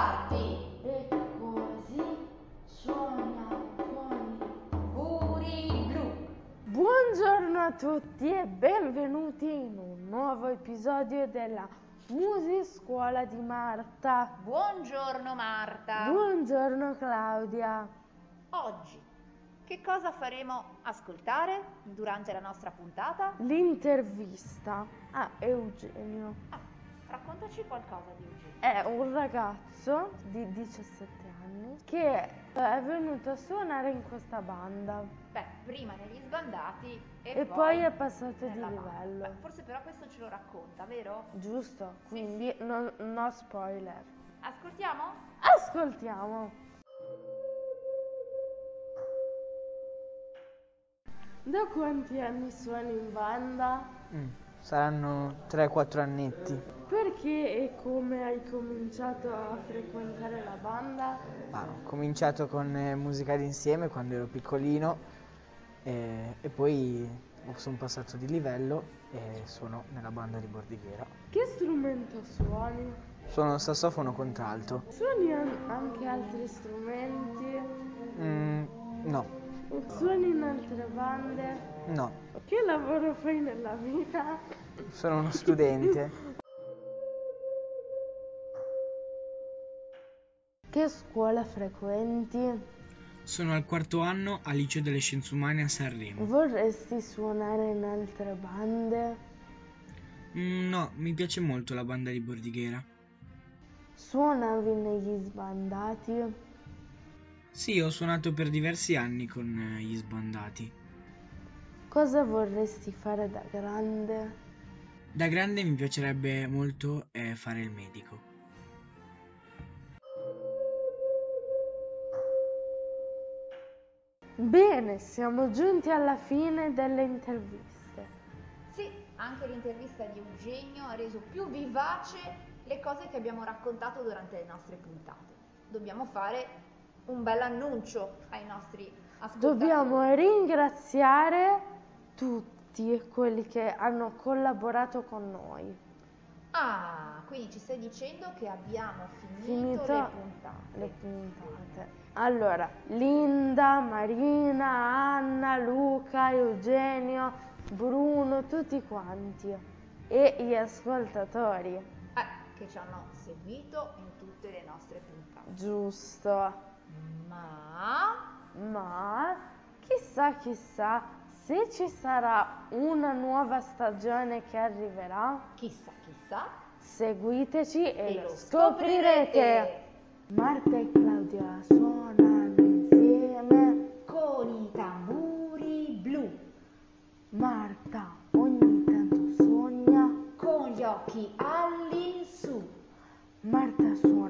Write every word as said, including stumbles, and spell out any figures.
parti. E così suonano con i tamburi blu. Buongiorno a tutti e benvenuti in un nuovo episodio della Musiscuola di Marta. Buongiorno Marta. Buongiorno Claudia. Oggi che cosa faremo ascoltare durante la nostra puntata? L'intervista a Eugenio. Ah, raccontaci qualcosa di Eugenio. È un ragazzo di diciassette anni che è venuto a suonare in questa banda. Beh, prima negli sbandati e, E poi, poi è passato di nella banda. livello. Beh, forse però questo ce lo racconta, vero? Giusto, Sì, quindi sì. non- no spoiler. Ascoltiamo? Ascoltiamo. Da quanti anni suoni in banda? Mm, saranno tre quattro annetti. Perché e come hai cominciato a frequentare la banda? Ah, ho cominciato con eh, musica d'insieme quando ero piccolino e, e poi sono passato di livello e suono nella banda di Bordighera. Che strumento suoni? Suono sassofono contralto. Suoni an- anche altri strumenti? Mm, no, Suoni in altre bande? no, Che lavoro fai nella vita? sono uno studente. Che scuola frequenti? Sono al quarto anno al Liceo delle Scienze Umane a Sanremo. Vorresti suonare in altre bande? Mm, no, mi piace molto la banda di Bordighera. Suonavi negli sbandati? Sì, ho suonato per diversi anni con eh, gli sbandati. Cosa vorresti fare da grande? Da grande mi piacerebbe molto eh, fare il medico. Bene, siamo giunti alla fine delle interviste. Sì, anche l'intervista di Eugenio ha reso più vivace le cose che abbiamo raccontato durante le nostre puntate. Dobbiamo fare un bel annuncio ai nostri ascoltatori. Dobbiamo ringraziare tutti quelli che hanno collaborato con noi. Ah, quindi ci stai dicendo che abbiamo finito, Finito le puntate. le puntate. Allora, Linda, Marina, Anna, Luca, Eugenio, Bruno, tutti quanti. E gli ascoltatori. Eh, che ci hanno seguito in tutte le nostre puntate. Giusto. Ma Ma chissà chissà se ci sarà una nuova stagione che arriverà. chissà, chissà, Seguiteci e, e lo lo scoprirete. scoprirete. Marta e Claudia suonano insieme. Con i tamburi blu, Marta ogni tanto sogna. con gli occhi all'insù. Marta suona